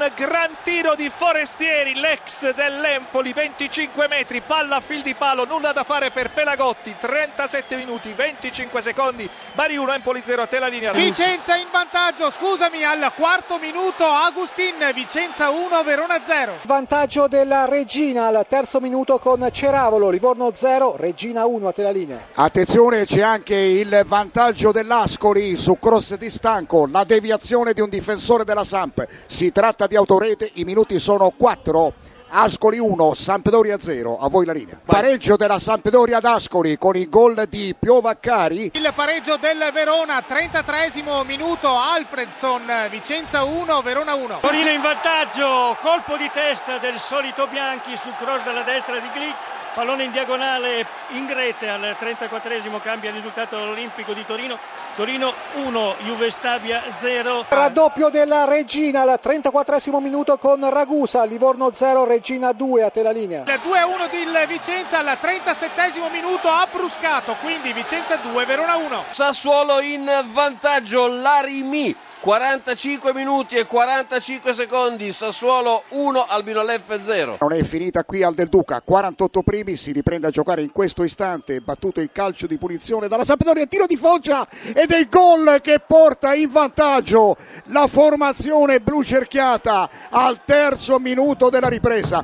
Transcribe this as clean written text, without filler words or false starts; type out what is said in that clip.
gran tiro di Forestieri, l'ex dell'Empoli, 25 metri, palla a fil di palo, nulla da fare per Pelagotti, 37 minuti, 25 secondi, Bari 1, Empoli 0, a te la linea. Vicenza in vantaggio, scusami, al quarto minuto Agustin, Vicenza 1, Verona 0. Vantaggio della Regina al terzo minuto con Ceravolo, Livorno 0, Regina 1, a te la linea. Attenzione, c'è anche il vantaggio dell'Ascoli su cross di Stanco, la deviazione di un difensore della Samp. Si tratta di autorete, i minuti sono 4. Ascoli 1, Sampdoria 0, a voi la linea. Pareggio della Sampdoria ad Ascoli con il gol di Piovaccari. Il pareggio del Verona, 33esimo minuto, Alfredson, Vicenza 1, Verona 1. Torino in vantaggio, colpo di testa del solito Bianchi sul cross dalla destra di Glick. Pallone in diagonale in rete al 34esimo, cambia il risultato dell'Olimpico di Torino. Torino 1, Juve Stabia 0. Raddoppio della Regina al 34esimo minuto con Ragusa, Livorno 0, Regina 2, a te la linea. Il 2-1 del Vicenza al 37esimo minuto ha bruscato, quindi Vicenza 2, Verona 1. Sassuolo in vantaggio, Larimi. 45 minuti e 45 secondi, Sassuolo 1, Albino Leffe 0. Non è finita qui al Del Duca, 48 primi, si riprende a giocare in questo istante, battuto il calcio di punizione dalla Sampdoria, tiro di Foggia ed è il gol che porta in vantaggio la formazione blu cerchiata al terzo minuto della ripresa.